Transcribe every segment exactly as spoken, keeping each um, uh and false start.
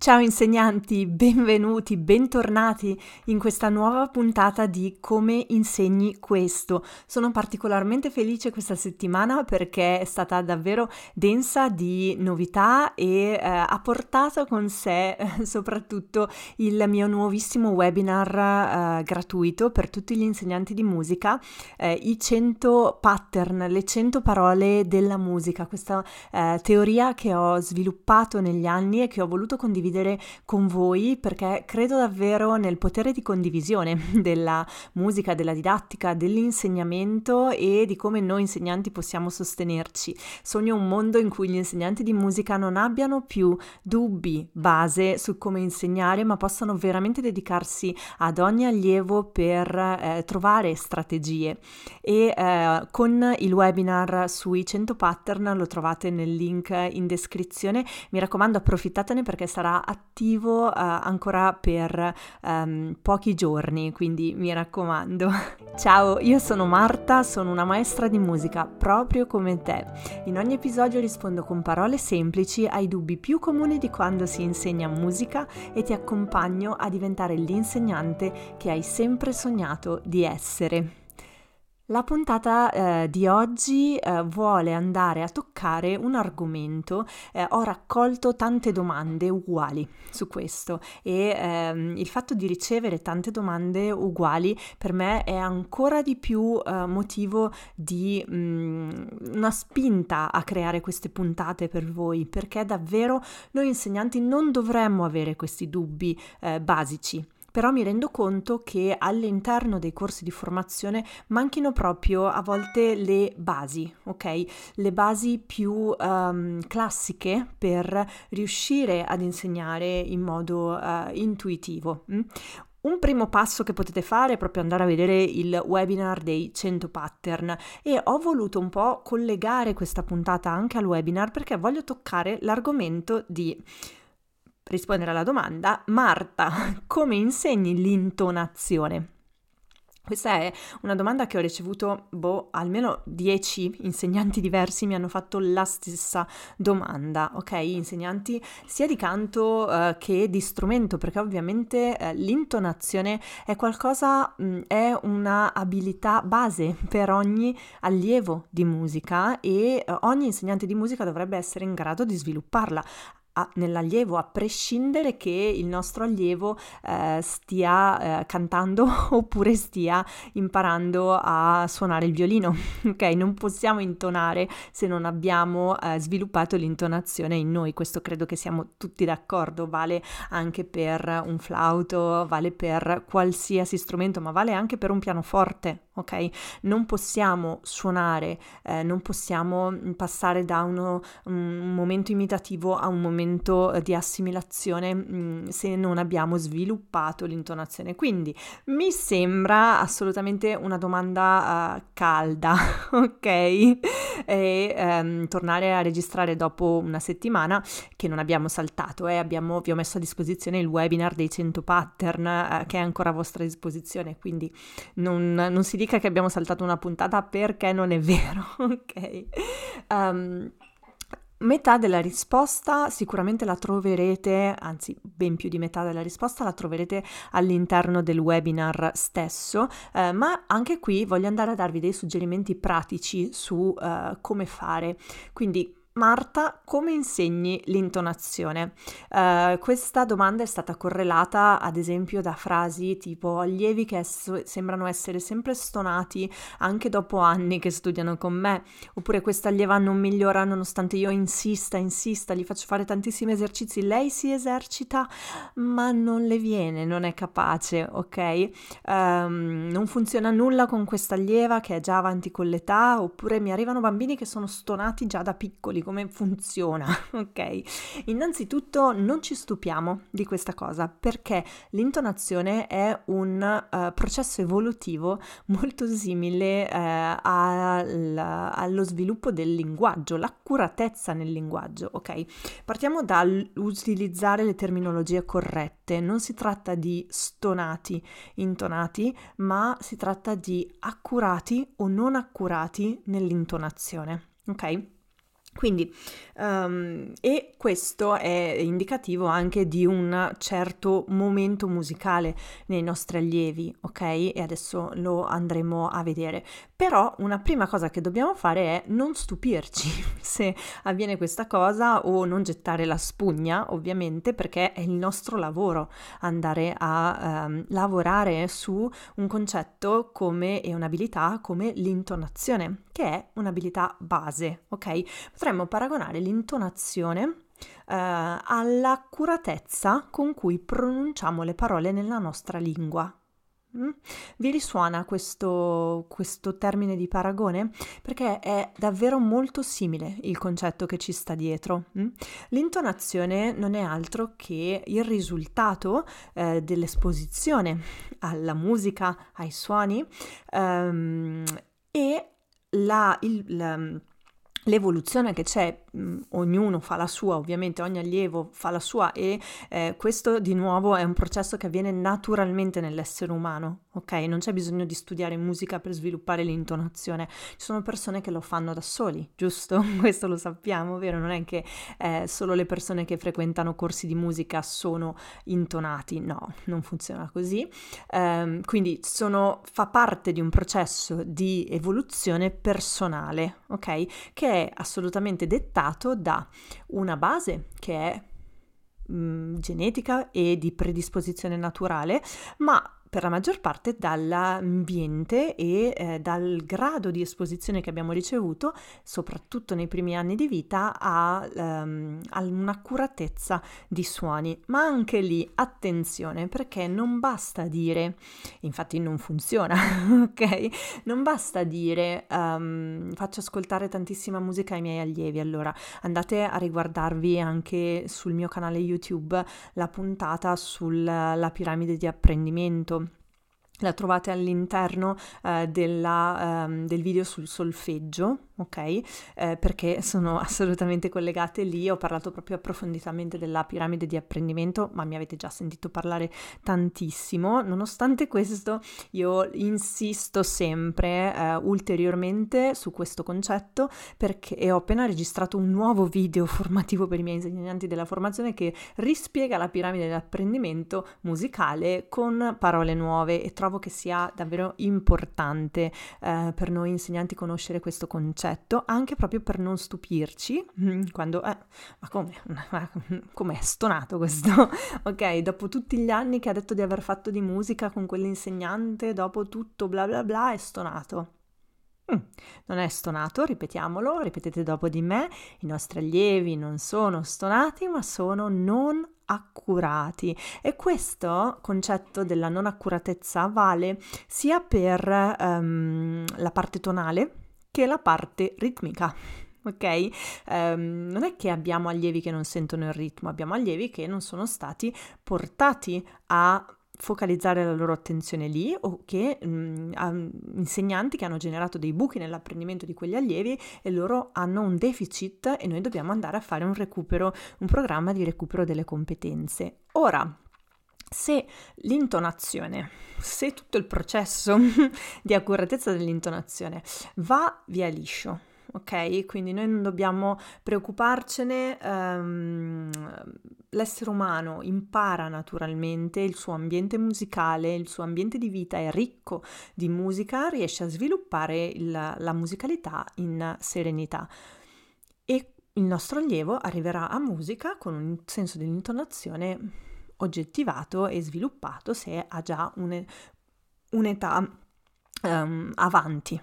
Ciao insegnanti, benvenuti, bentornati in questa nuova puntata di Come insegni questo. Sono particolarmente felice questa settimana perché è stata davvero densa di novità e eh, ha portato con sé eh, soprattutto il mio nuovissimo webinar eh, gratuito per tutti gli insegnanti di musica, eh, i cento pattern, le cento parole della musica, questa eh, teoria che ho sviluppato negli anni e che ho voluto condividere con voi perché credo davvero nel potere di condivisione della musica, della didattica, dell'insegnamento e di come noi insegnanti possiamo sostenerci. Sogno un mondo in cui gli insegnanti di musica non abbiano più dubbi base su come insegnare, ma possano veramente dedicarsi ad ogni allievo per eh, trovare strategie. E eh, con il webinar sui cento pattern lo trovate nel link in descrizione. Mi raccomando, approfittatene perché sarà attivo uh, ancora per um, pochi giorni, quindi mi raccomando. Ciao, io sono Marta, sono una maestra di musica proprio come te. In ogni episodio rispondo con parole semplici ai dubbi più comuni di quando si insegna musica e ti accompagno a diventare l'insegnante che hai sempre sognato di essere. La puntata eh, di oggi eh, vuole andare a toccare un argomento, eh, ho raccolto tante domande uguali su questo e ehm, il fatto di ricevere tante domande uguali per me è ancora di più eh, motivo di mh, una spinta a creare queste puntate per voi, perché davvero noi insegnanti non dovremmo avere questi dubbi eh, basici. Però mi rendo conto che all'interno dei corsi di formazione manchino proprio a volte le basi, ok? Le basi più um, classiche per riuscire ad insegnare in modo uh, intuitivo. Mm? Un primo passo che potete fare è proprio andare a vedere il webinar dei cento pattern e ho voluto un po' collegare questa puntata anche al webinar perché voglio toccare l'argomento di rispondere alla domanda: Marta, come insegni l'intonazione? Questa è una domanda che ho ricevuto, boh, almeno dieci insegnanti diversi mi hanno fatto la stessa domanda, ok? Insegnanti sia di canto eh, che di strumento, perché ovviamente eh, l'intonazione è qualcosa, mh, è una abilità base per ogni allievo di musica e eh, ogni insegnante di musica dovrebbe essere in grado di svilupparla nell'allievo, a prescindere che il nostro allievo eh, stia eh, cantando oppure stia imparando a suonare il violino, ok? Non possiamo intonare se non abbiamo eh, sviluppato l'intonazione in noi, questo credo che siamo tutti d'accordo, vale anche per un flauto, vale per qualsiasi strumento, ma vale anche per un pianoforte, ok? Non possiamo suonare, eh, non possiamo passare da uno, un momento imitativo a un momento di assimilazione mh, se non abbiamo sviluppato l'intonazione. Quindi mi sembra assolutamente una domanda uh, calda, ok? E um, tornare a registrare dopo una settimana che non abbiamo saltato, eh? abbiamo, vi ho messo a disposizione il webinar dei cento pattern uh, che è ancora a vostra disposizione, quindi non, non si dica che abbiamo saltato una puntata perché non è vero, ok? Um, Metà della risposta sicuramente la troverete, anzi ben più di metà della risposta la troverete all'interno del webinar stesso, eh, ma anche qui voglio andare a darvi dei suggerimenti pratici su eh, come fare. Quindi Marta, come insegni l'intonazione? Uh, questa domanda è stata correlata ad esempio da frasi tipo allievi che es- sembrano essere sempre stonati anche dopo anni che studiano con me, oppure questa allieva non migliora nonostante io insista, insista, gli faccio fare tantissimi esercizi, lei si esercita ma non le viene, non è capace, ok? Um, non funziona nulla con questa allieva che è già avanti con l'età, oppure mi arrivano bambini che sono stonati già da piccoli, come funziona, ok? Innanzitutto non ci stupiamo di questa cosa perché l'intonazione è un uh, processo evolutivo molto simile uh, al, allo sviluppo del linguaggio, l'accuratezza nel linguaggio, ok? Partiamo dall'utilizzare le terminologie corrette, non si tratta di stonati, intonati, ma si tratta di accurati o non accurati nell'intonazione, ok? Quindi, um, e questo è indicativo anche di un certo momento musicale nei nostri allievi, ok? E adesso lo andremo a vedere. Però una prima cosa che dobbiamo fare è non stupirci se avviene questa cosa o non gettare la spugna, ovviamente, perché è il nostro lavoro andare a um, lavorare su un concetto come e un'abilità come l'intonazione, che è un'abilità base, ok? Potremmo paragonare l'intonazione eh, all'accuratezza con cui pronunciamo le parole nella nostra lingua. Mm? Vi risuona questo, questo termine di paragone? Perché è davvero molto simile il concetto che ci sta dietro. Mm? L'intonazione non è altro che il risultato eh, dell'esposizione alla musica, ai suoni ehm, e la, il, la l'evoluzione che c'è, mh, ognuno fa la sua, ovviamente ogni allievo fa la sua e eh, questo di nuovo è un processo che avviene naturalmente nell'essere umano, ok? Non c'è bisogno di studiare musica per sviluppare l'intonazione, ci sono persone che lo fanno da soli, giusto? Questo lo sappiamo, vero? Non è che eh, solo le persone che frequentano corsi di musica sono intonati, no, non funziona così, um, quindi sono, fa parte di un processo di evoluzione personale, ok? Che è assolutamente dettato da una base che è mh, genetica e di predisposizione naturale, ma per la maggior parte dall'ambiente e eh, dal grado di esposizione che abbiamo ricevuto, soprattutto nei primi anni di vita, a, um, a un'accuratezza di suoni. Ma anche lì, attenzione, perché non basta dire, infatti non funziona, ok? Non basta dire um, faccio ascoltare tantissima musica ai miei allievi, allora andate a riguardarvi anche sul mio canale YouTube la puntata sulla piramide di apprendimento. La trovate all'interno eh, della, um, del video sul solfeggio, ok? Eh, perché sono assolutamente collegate lì. Ho parlato proprio approfonditamente della piramide di apprendimento, ma mi avete già sentito parlare tantissimo. Nonostante questo, io insisto sempre eh, ulteriormente su questo concetto, perché e ho appena registrato un nuovo video formativo per i miei insegnanti della formazione che rispiega la piramide di apprendimento musicale con parole nuove, e trovo che sia davvero importante eh, per noi insegnanti conoscere questo concetto, anche proprio per non stupirci quando eh, ma come ma com'è stonato questo? Ok, dopo tutti gli anni che ha detto di aver fatto di musica con quell'insegnante, dopo tutto bla bla bla, è stonato. Mm, non è stonato, ripetiamolo, ripetete dopo di me, i nostri allievi non sono stonati, ma sono non accurati, e questo concetto della non accuratezza vale sia per um, la parte tonale che la parte ritmica. Ok? Um, non è che abbiamo allievi che non sentono il ritmo, abbiamo allievi che non sono stati portati a focalizzare la loro attenzione lì, o che mh, insegnanti che hanno generato dei buchi nell'apprendimento di quegli allievi e loro hanno un deficit e noi dobbiamo andare a fare un recupero, un programma di recupero delle competenze. Ora, se l'intonazione, se tutto il processo di accuratezza dell'intonazione va via liscio, ok? Quindi noi non dobbiamo preoccuparcene, um, l'essere umano impara naturalmente, il suo ambiente musicale, il suo ambiente di vita è ricco di musica, riesce a sviluppare il, la musicalità in serenità e il nostro allievo arriverà a musica con un senso dell'intonazione oggettivato e sviluppato se ha già un, un'età um, avanti.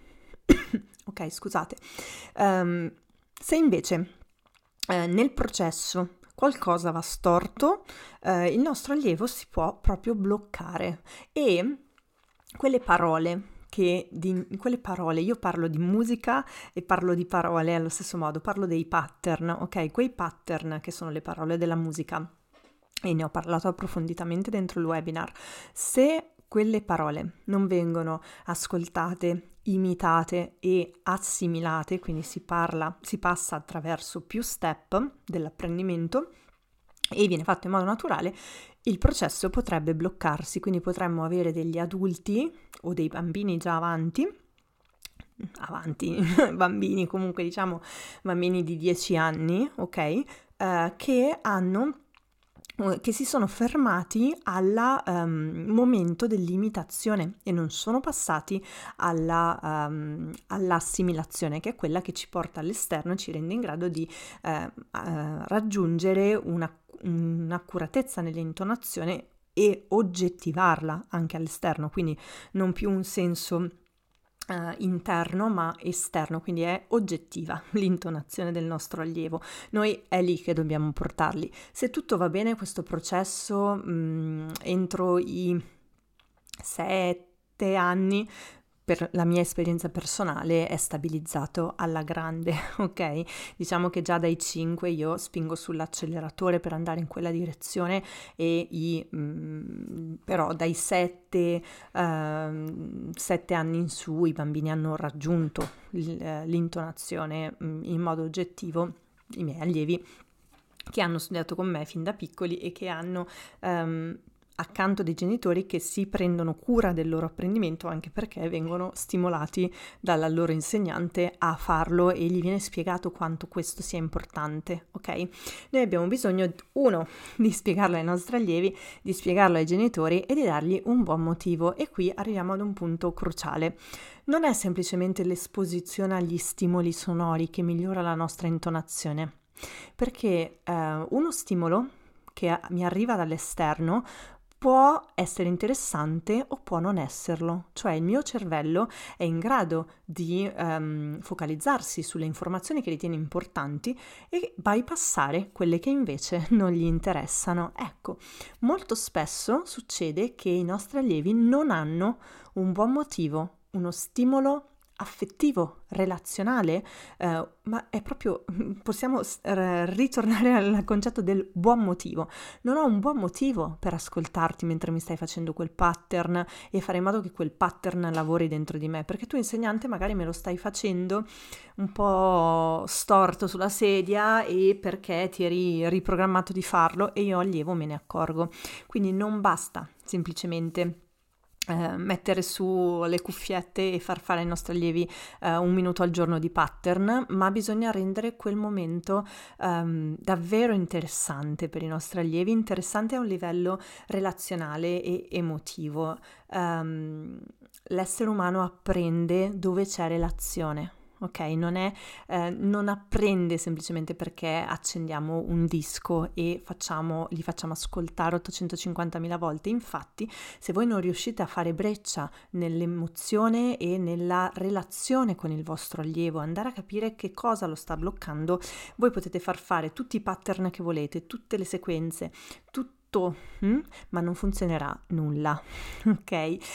Ok, scusate. Um, se invece eh, nel processo qualcosa va storto, eh, il nostro allievo si può proprio bloccare e quelle parole che di, in quelle parole, io parlo di musica e parlo di parole allo stesso modo, parlo dei pattern, ok? Quei pattern che sono le parole della musica, e ne ho parlato approfonditamente dentro il webinar. Se quelle parole non vengono ascoltate, imitate e assimilate, quindi si parla, si passa attraverso più step dell'apprendimento e viene fatto in modo naturale, il processo potrebbe bloccarsi, quindi potremmo avere degli adulti o dei bambini già avanti, avanti, bambini, comunque diciamo bambini di dieci anni, ok, eh, che hanno che si sono fermati al um, momento dell'imitazione e non sono passati alla, um, all'assimilazione, che è quella che ci porta all'esterno e ci rende in grado di uh, uh, raggiungere una, un'accuratezza nell'intonazione e oggettivarla anche all'esterno, quindi non più un senso Uh, interno ma esterno, quindi è oggettiva l'intonazione del nostro allievo. Noi è lì che dobbiamo portarli. Se tutto va bene, questo processo mh, entro i sette anni, per la mia esperienza personale, è stabilizzato alla grande, ok? Diciamo che già dai cinque io spingo sull'acceleratore per andare in quella direzione e i, mh, però dai sette uh, sette anni in su i bambini hanno raggiunto l'intonazione mh, in modo oggettivo, i miei allievi che hanno studiato con me fin da piccoli e che hanno um, accanto dei genitori che si prendono cura del loro apprendimento, anche perché vengono stimolati dalla loro insegnante a farlo e gli viene spiegato quanto questo sia importante, ok? Noi abbiamo bisogno, uno, di spiegarlo ai nostri allievi, di spiegarlo ai genitori e di dargli un buon motivo, e qui arriviamo ad un punto cruciale. Non è semplicemente l'esposizione agli stimoli sonori che migliora la nostra intonazione, perché eh, uno stimolo che mi arriva dall'esterno può essere interessante o può non esserlo, cioè il mio cervello è in grado di um, focalizzarsi sulle informazioni che ritiene importanti e bypassare quelle che invece non gli interessano. Ecco, molto spesso succede che i nostri allievi non hanno un buon motivo, uno stimolo affettivo, relazionale, eh, ma è proprio, possiamo r- ritornare al concetto del buon motivo. Non ho un buon motivo per ascoltarti mentre mi stai facendo quel pattern e fare in modo che quel pattern lavori dentro di me, perché tu insegnante magari me lo stai facendo un po' storto sulla sedia e perché ti eri riprogrammato di farlo e io allievo me ne accorgo. Quindi non basta semplicemente Uh, mettere su le cuffiette e far fare ai nostri allievi uh, un minuto al giorno di pattern, ma bisogna rendere quel momento um, davvero interessante per i nostri allievi, interessante a un livello relazionale e emotivo. Um, l'essere umano apprende dove c'è relazione. Ok, non è, eh, non apprende semplicemente perché accendiamo un disco e facciamo, gli facciamo ascoltare ottocentocinquantamila volte. Infatti, se voi non riuscite a fare breccia nell'emozione e nella relazione con il vostro allievo, andare a capire che cosa lo sta bloccando, voi potete far fare tutti i pattern che volete, tutte le sequenze, tutto, hm? ma non funzionerà nulla, ok?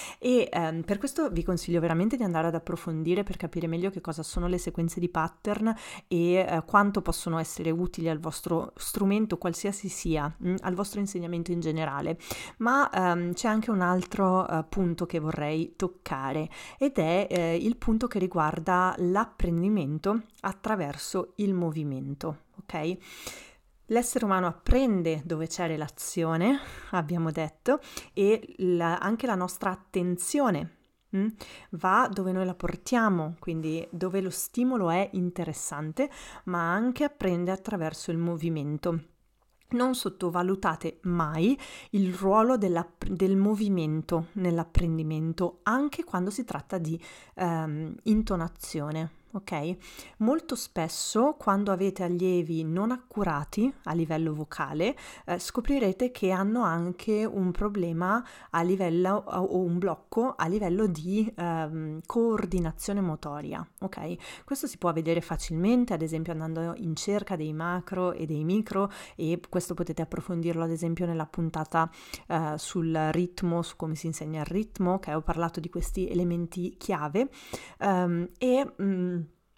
E ehm, per questo vi consiglio veramente di andare ad approfondire per capire meglio che cosa sono le sequenze di pattern e eh, quanto possono essere utili al vostro strumento, qualsiasi sia, hm? al vostro insegnamento in generale. Ma ehm, c'è anche un altro eh, punto che vorrei toccare, ed è eh, il punto che riguarda l'apprendimento attraverso il movimento, ok? L'essere umano apprende dove c'è relazione, abbiamo detto, e la, anche la nostra attenzione mh, va dove noi la portiamo, quindi dove lo stimolo è interessante, ma anche apprende attraverso il movimento. Non sottovalutate mai il ruolo del movimento nell'apprendimento, anche quando si tratta di ehm, intonazione. Ok? Molto spesso quando avete allievi non accurati a livello vocale eh, scoprirete che hanno anche un problema a livello o un blocco a livello di ehm, coordinazione motoria. Ok? Questo si può vedere facilmente, ad esempio andando in cerca dei macro e dei micro, e questo potete approfondirlo ad esempio nella puntata eh, sul ritmo, su come si insegna il ritmo, che ho parlato di questi elementi chiave um, e mh,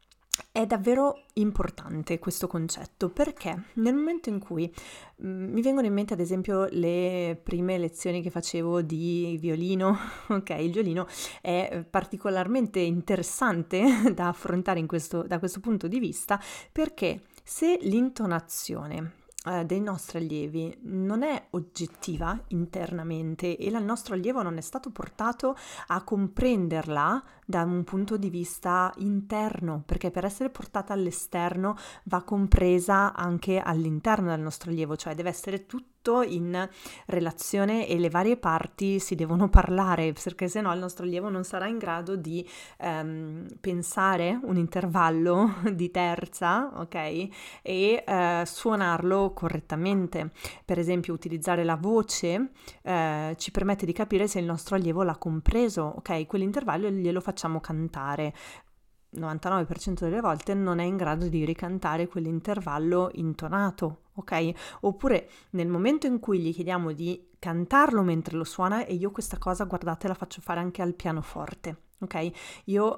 è davvero importante questo concetto, perché nel momento in cui mh, mi vengono in mente ad esempio le prime lezioni che facevo di violino, ok, il violino è particolarmente interessante da affrontare in questo, da questo punto di vista, perché se l'intonazione dei nostri allievi non è oggettiva internamente e il nostro allievo non è stato portato a comprenderla da un punto di vista interno, perché per essere portata all'esterno va compresa anche all'interno del nostro allievo, cioè deve essere tutto in relazione e le varie parti si devono parlare, perché se no il nostro allievo non sarà in grado di ehm, pensare un intervallo di terza, ok? E eh, suonarlo correttamente. Per esempio, utilizzare la voce eh, ci permette di capire se il nostro allievo l'ha compreso, ok? Quell'intervallo glielo facciamo cantare. novantanove per cento delle volte non è in grado di ricantare quell'intervallo intonato, ok? Oppure nel momento in cui gli chiediamo di cantarlo mentre lo suona, e io questa cosa, guardate, la faccio fare anche al pianoforte, ok? Io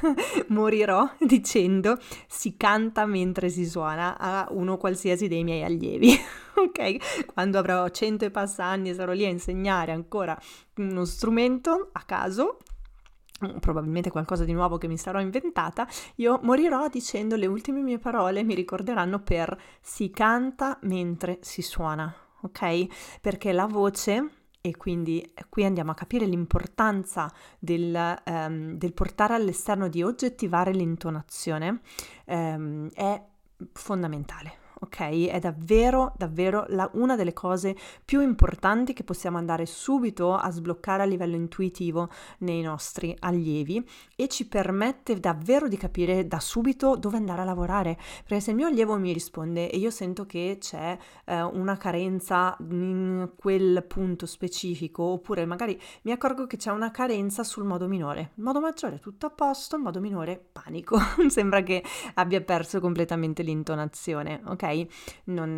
morirò dicendo si canta mentre si suona a uno qualsiasi dei miei allievi, ok? Quando avrò cento e passa anni e sarò lì a insegnare ancora uno strumento a caso, probabilmente qualcosa di nuovo che mi sarò inventata, io morirò dicendo le ultime mie parole, mi ricorderanno per si canta mentre si suona, ok? Perché la voce, e quindi qui andiamo a capire l'importanza del, um, del portare all'esterno, di oggettivare l'intonazione, um, è fondamentale. Ok, è davvero, davvero la, una delle cose più importanti che possiamo andare subito a sbloccare a livello intuitivo nei nostri allievi, e ci permette davvero di capire da subito dove andare a lavorare. Perché se il mio allievo mi risponde e io sento che c'è eh, una carenza in quel punto specifico, oppure magari mi accorgo che c'è una carenza sul modo minore, il modo maggiore tutto a posto, il modo minore panico, sembra che abbia perso completamente l'intonazione, ok? Non,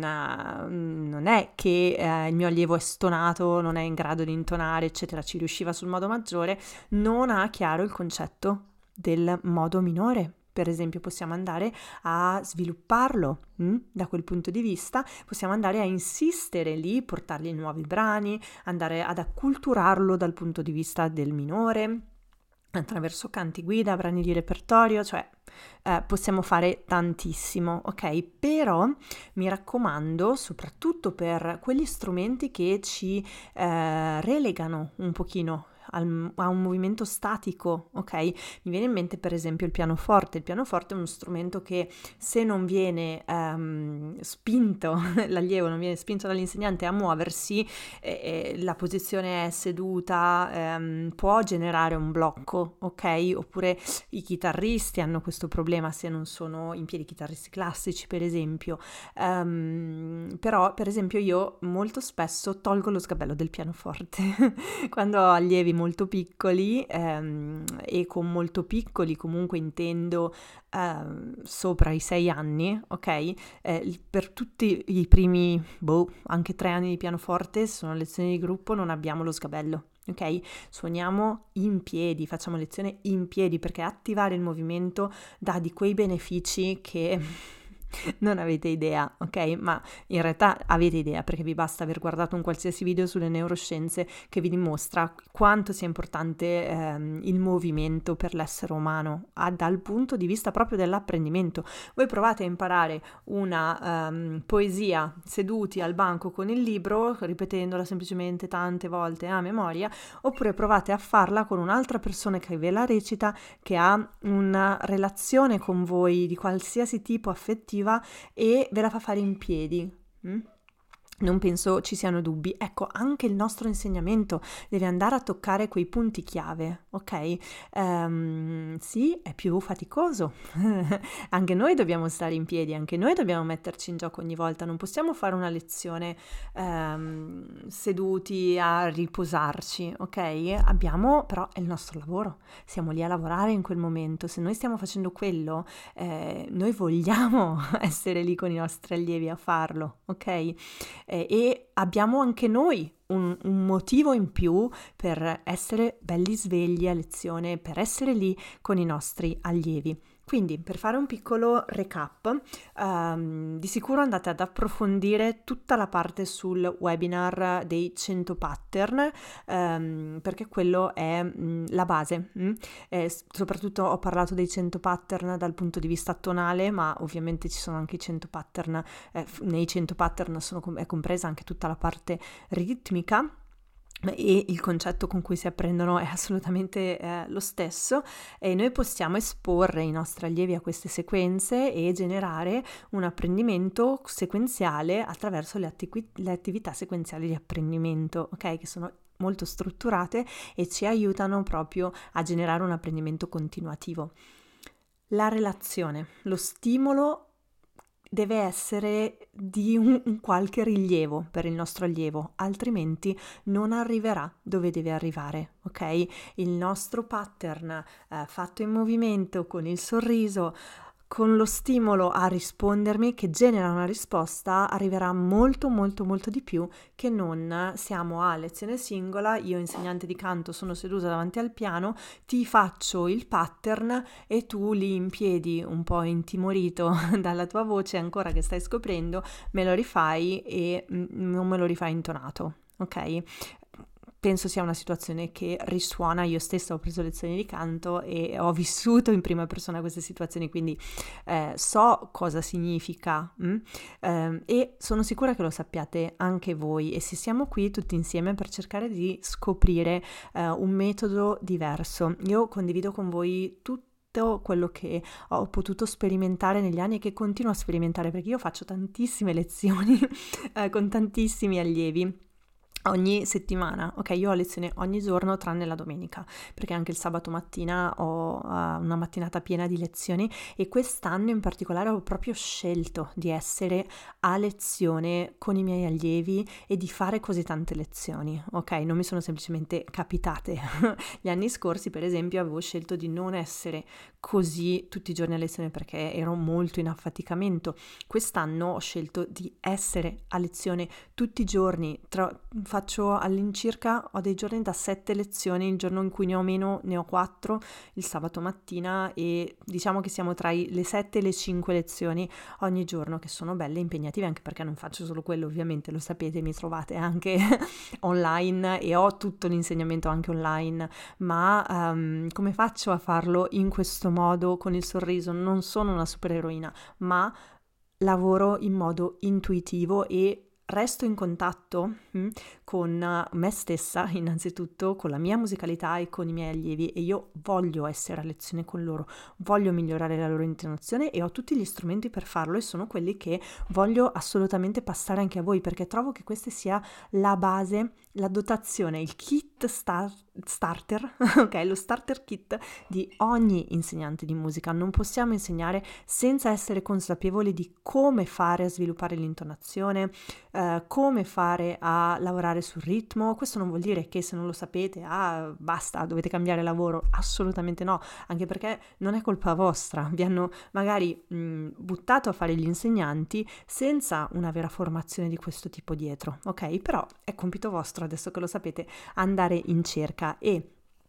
non è che eh, il mio allievo è stonato, non è in grado di intonare, eccetera, ci riusciva sul modo maggiore, non ha chiaro il concetto del modo minore. Per esempio, possiamo andare a svilupparlo hm? da quel punto di vista, possiamo andare a insistere lì, portargli nuovi brani, andare ad acculturarlo dal punto di vista del minore, attraverso canti guida, brani di repertorio, cioè eh, possiamo fare tantissimo, ok? Però mi raccomando, soprattutto per quegli strumenti che ci eh, relegano un pochino al, a un movimento statico, ok? Mi viene in mente per esempio il pianoforte. Il pianoforte è uno strumento che, se non viene um, spinto, l'allievo non viene spinto dall'insegnante a muoversi, eh, la posizione è seduta, ehm, può generare un blocco, ok? Oppure i chitarristi hanno questo problema se non sono in piedi, chitarristi classici per esempio. Um, però per esempio io molto spesso tolgo lo sgabello del pianoforte quando ho allievi molto piccoli, ehm, e con molto piccoli comunque intendo ehm, sopra i sei anni, ok? Eh, per tutti i primi, boh, anche tre anni di pianoforte, sono lezioni di gruppo, non abbiamo lo sgabello. Ok, suoniamo in piedi, facciamo lezione in piedi, perché attivare il movimento dà di quei benefici che non avete idea, ok? Ma in realtà avete idea, perché vi basta aver guardato un qualsiasi video sulle neuroscienze che vi dimostra quanto sia importante ehm, il movimento per l'essere umano, ah, dal punto di vista proprio dell'apprendimento. Voi provate a imparare una um, poesia seduti al banco con il libro, ripetendola semplicemente tante volte a memoria, oppure provate a farla con un'altra persona che ve la recita, che ha una relazione con voi di qualsiasi tipo affettiva e ve la fa fare in piedi. Mm? Non penso ci siano dubbi. Ecco, anche il nostro insegnamento deve andare a toccare quei punti chiave, ok? Um, sì, è più faticoso. Anche noi dobbiamo stare in piedi, anche noi dobbiamo metterci in gioco ogni volta. Non possiamo fare una lezione um, seduti a riposarci, ok? Abbiamo, però è il nostro lavoro. Siamo lì a lavorare in quel momento. Se noi stiamo facendo quello, eh, noi vogliamo essere lì con i nostri allievi a farlo, ok? Eh, e abbiamo anche noi un, un motivo in più per essere belli svegli a lezione, per essere lì con i nostri allievi. Quindi, per fare un piccolo recap, um, di sicuro andate ad approfondire tutta la parte sul webinar dei cento pattern, um, perché quello è um, la base. Mm? Eh, soprattutto ho parlato dei cento pattern dal punto di vista tonale, ma ovviamente ci sono anche i cento pattern, eh, nei cento pattern sono, è compresa anche tutta la parte ritmica. e il concetto con cui si apprendono è assolutamente eh, lo stesso, e noi possiamo esporre i nostri allievi a queste sequenze e generare un apprendimento sequenziale attraverso le, attivi- le attività sequenziali di apprendimento, ok? Che sono molto strutturate e ci aiutano proprio a generare un apprendimento continuativo. La relazione, lo stimolo deve essere di un, un qualche rilievo per il nostro allievo, altrimenti non arriverà dove deve arrivare, ok? Il nostro pattern eh, fatto in movimento con il sorriso, con lo stimolo a rispondermi che genera una risposta, arriverà molto molto molto di più che non siamo a lezione singola, io insegnante di canto sono seduta davanti al piano, ti faccio il pattern e tu lì in piedi un po' intimorito dalla tua voce ancora che stai scoprendo me lo rifai e mm, non me lo rifai intonato, ok? Penso sia una situazione che risuona, io stessa ho preso lezioni di canto e ho vissuto in prima persona queste situazioni, quindi eh, so cosa significa mm? eh, e sono sicura che lo sappiate anche voi, e se siamo qui tutti insieme per cercare di scoprire eh, un metodo diverso. Io condivido con voi tutto quello che ho potuto sperimentare negli anni e che continuo a sperimentare, perché io faccio tantissime lezioni eh, con tantissimi allievi ogni settimana, ok? Io ho lezione ogni giorno tranne la domenica, perché anche il sabato mattina ho uh, una mattinata piena di lezioni, e quest'anno in particolare ho proprio scelto di essere a lezione con i miei allievi e di fare così tante lezioni, ok? Non mi sono semplicemente capitate. Gli anni scorsi, per esempio, avevo scelto di non essere così tutti i giorni a lezione perché ero molto in affaticamento. Quest'anno ho scelto di essere a lezione tutti i giorni, tra faccio all'incirca, ho dei giorni da sette lezioni, il giorno in cui ne ho meno ne ho quattro, il sabato mattina, e diciamo che siamo tra i, le sette e le cinque lezioni ogni giorno, che sono belle e impegnative, anche perché non faccio solo quello, ovviamente lo sapete, mi trovate anche online e ho tutto l'insegnamento anche online, ma um, come faccio a farlo in questo modo, con il sorriso? Non sono una supereroina, ma lavoro in modo intuitivo e resto in contatto hm, con me stessa innanzitutto, con la mia musicalità e con i miei allievi, e io voglio essere a lezione con loro, voglio migliorare la loro intonazione e ho tutti gli strumenti per farlo, e sono quelli che voglio assolutamente passare anche a voi, perché trovo che questa sia la base, la dotazione, il kit star- starter, ok, lo starter kit di ogni insegnante di musica. Non possiamo insegnare senza essere consapevoli di come fare a sviluppare l'intonazione, eh, come fare a lavorare sul ritmo. Questo non vuol dire che se non lo sapete, ah, basta, dovete cambiare lavoro. Assolutamente no, anche perché non è colpa vostra. Vi hanno magari mh, buttato a fare gli insegnanti senza una vera formazione di questo tipo dietro, ok? Però è compito vostro, adesso che lo sapete, andare in cerca. E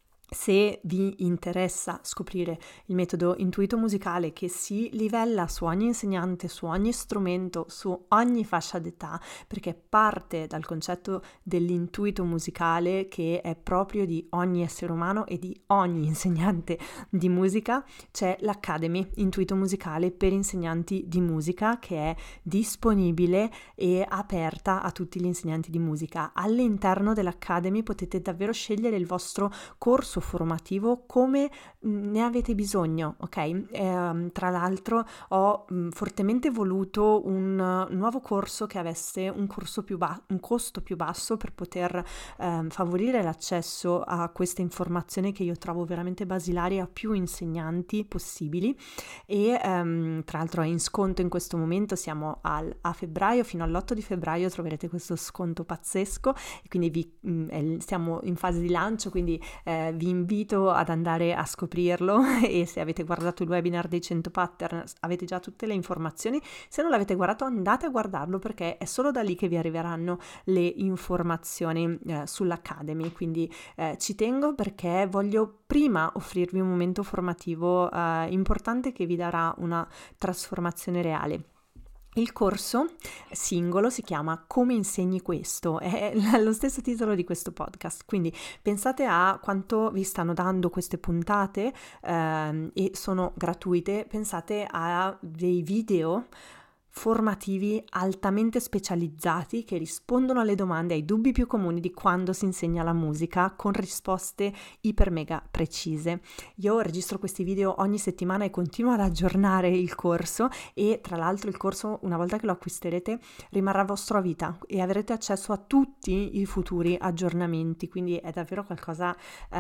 se vi interessa scoprire il metodo intuito musicale, che si livella su ogni insegnante, su ogni strumento, su ogni fascia d'età, perché parte dal concetto dell'intuito musicale che è proprio di ogni essere umano e di ogni insegnante di musica, c'è l'Academy Intuito Musicale per insegnanti di musica, che è disponibile e aperta a tutti gli insegnanti di musica. All'interno dell'Academy potete davvero scegliere il vostro corso formativo come ne avete bisogno, ok? Eh, tra l'altro ho mh, fortemente voluto un uh, nuovo corso che avesse un, corso più ba- un costo più basso per poter eh, favorire l'accesso a queste informazioni che io trovo veramente basilari a più insegnanti possibili, e ehm, tra l'altro è in sconto in questo momento, siamo al, a febbraio, fino all'otto di febbraio troverete questo sconto pazzesco, e quindi vi, mh, siamo in fase di lancio, quindi eh, vi invito ad andare a scoprirlo e se avete guardato il webinar dei cento pattern avete già tutte le informazioni, se non l'avete guardato andate a guardarlo, perché è solo da lì che vi arriveranno le informazioni eh, sull'Academy. Quindi eh, ci tengo, perché voglio prima offrirvi un momento formativo eh, importante che vi darà una trasformazione reale. Il corso singolo si chiama Come insegni questo, è lo stesso titolo di questo podcast, quindi pensate a quanto vi stanno dando queste puntate ehm, e sono gratuite, pensate a dei video formativi altamente specializzati che rispondono alle domande, ai dubbi più comuni di quando si insegna la musica con risposte iper mega precise. Io registro questi video ogni settimana e continuo ad aggiornare il corso, e tra l'altro il corso, una volta che lo acquisterete, rimarrà vostro a vita e avrete accesso a tutti i futuri aggiornamenti, quindi è davvero qualcosa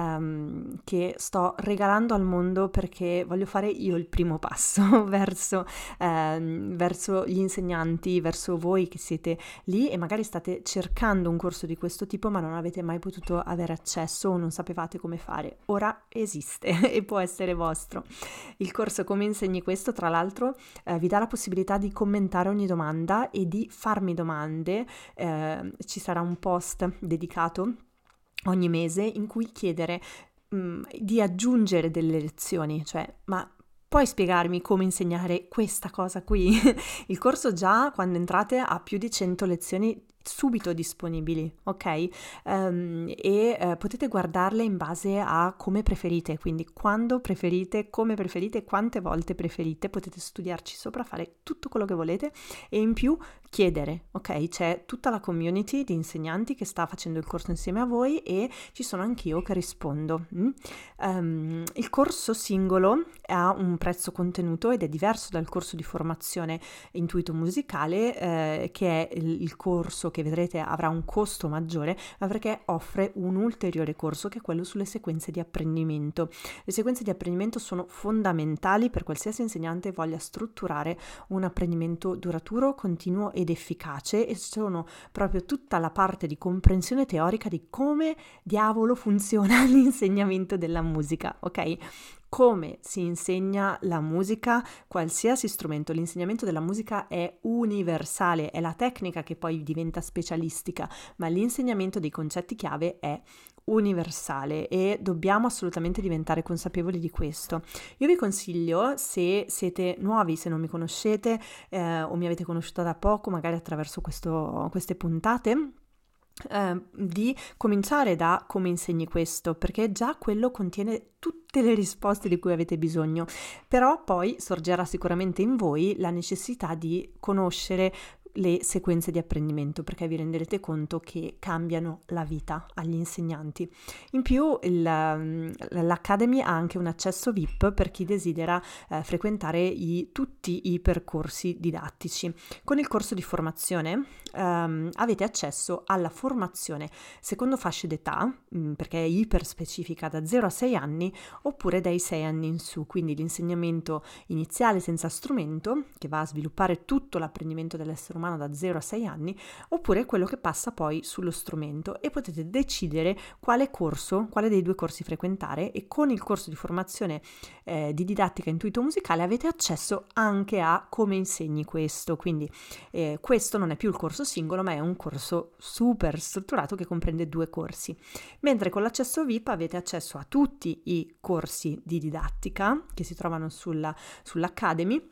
um, che sto regalando al mondo, perché voglio fare io il primo passo verso, um, verso gli insegnanti, verso voi che siete lì e magari state cercando un corso di questo tipo ma non avete mai potuto avere accesso o non sapevate come fare. Ora esiste e può essere vostro. Il corso Come insegni questo, tra l'altro, eh, vi dà la possibilità di commentare ogni domanda e di farmi domande. Eh, ci sarà un post dedicato ogni mese in cui chiedere mh, di aggiungere delle lezioni, cioè ma puoi spiegarmi come insegnare questa cosa qui? Il corso già quando entrate ha più di cento lezioni subito disponibili, ok? Um, e uh, potete guardarle in base a come preferite, quindi quando preferite, come preferite, quante volte preferite, potete studiarci sopra, fare tutto quello che volete e in più chiedere, ok? C'è tutta la community di insegnanti che sta facendo il corso insieme a voi e ci sono anch'io che rispondo. Mm? Um, il corso singolo ha un prezzo contenuto ed è diverso dal corso di formazione intuito musicale, eh, che è il, il corso che vedrete avrà un costo maggiore, ma perché offre un ulteriore corso che è quello sulle sequenze di apprendimento. Le sequenze di apprendimento sono fondamentali per qualsiasi insegnante voglia strutturare un apprendimento duraturo, continuo ed efficace, e sono proprio tutta la parte di comprensione teorica di come diavolo funziona l'insegnamento della musica, ok? Come si insegna la musica, qualsiasi strumento. L'insegnamento della musica è universale, è la tecnica che poi diventa specialistica, ma l'insegnamento dei concetti chiave è universale e dobbiamo assolutamente diventare consapevoli di questo. Io vi consiglio, se siete nuovi, se non mi conoscete eh, o mi avete conosciuta da poco, magari attraverso questo, queste puntate, Eh, di cominciare da Come insegni questo, perché già quello contiene tutte le risposte di cui avete bisogno, però poi sorgerà sicuramente in voi la necessità di conoscere le sequenze di apprendimento, perché vi renderete conto che cambiano la vita agli insegnanti. In più il, l'Academy ha anche un accesso V I P per chi desidera eh, frequentare i, tutti i percorsi didattici. Con il corso di formazione ehm, avete accesso alla formazione secondo fasce d'età, mh, perché è iper specifica, da zero a sei anni oppure dai sei anni in su, quindi l'insegnamento iniziale senza strumento che va a sviluppare tutto l'apprendimento dell'essere umano da zero a sei anni, oppure quello che passa poi sullo strumento, e potete decidere quale corso, quale dei due corsi frequentare, e con il corso di formazione eh, di didattica intuito musicale avete accesso anche a Come insegni questo, quindi eh, questo non è più il corso singolo ma è un corso super strutturato che comprende due corsi, mentre con l'accesso V I P avete accesso a tutti i corsi di didattica che si trovano sulla, sull'Academy.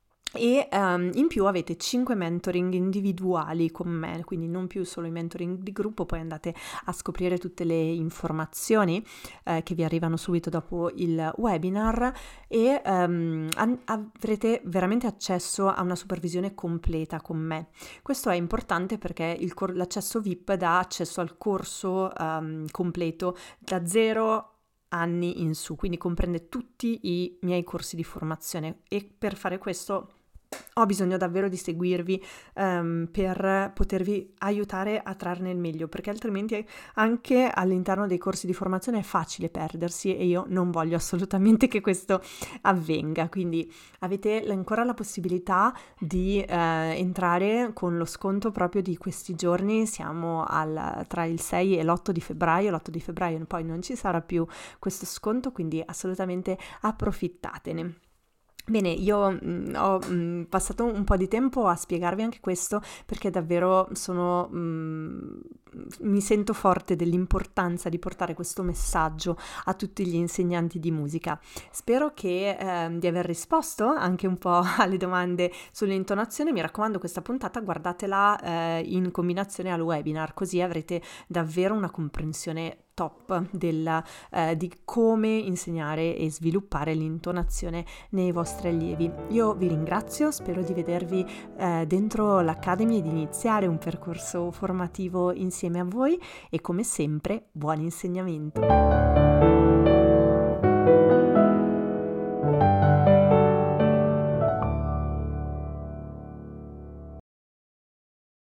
E um, in più avete cinque mentoring individuali con me, quindi non più solo i mentoring di gruppo, poi andate a scoprire tutte le informazioni eh, che vi arrivano subito dopo il webinar, e um, an- avrete veramente accesso a una supervisione completa con me. Questo è importante perché il cor- l'accesso V I P dà accesso al corso um, completo da zero anni in su, quindi comprende tutti i miei corsi di formazione, e per fare questo ho bisogno davvero di seguirvi um, per potervi aiutare a trarne il meglio, perché altrimenti anche all'interno dei corsi di formazione è facile perdersi e io non voglio assolutamente che questo avvenga. Quindi avete ancora la possibilità di uh, entrare con lo sconto proprio di questi giorni. Siamo al, tra il sei e l'otto di febbraio, l'otto di febbraio poi non ci sarà più questo sconto, quindi assolutamente approfittatene. Bene, io mh, ho mh, passato un po' di tempo a spiegarvi anche questo perché davvero sono, mh, mi sento forte dell'importanza di portare questo messaggio a tutti gli insegnanti di musica. Spero che, eh, di aver risposto anche un po' alle domande sull'intonazione. Mi raccomando, questa puntata guardatela eh, in combinazione al webinar, così avrete davvero una comprensione top della, eh, di come insegnare e sviluppare l'intonazione nei vostri allievi. Io vi ringrazio, spero di vedervi eh, dentro l'Academy e di iniziare un percorso formativo insieme a voi e come sempre buon insegnamento.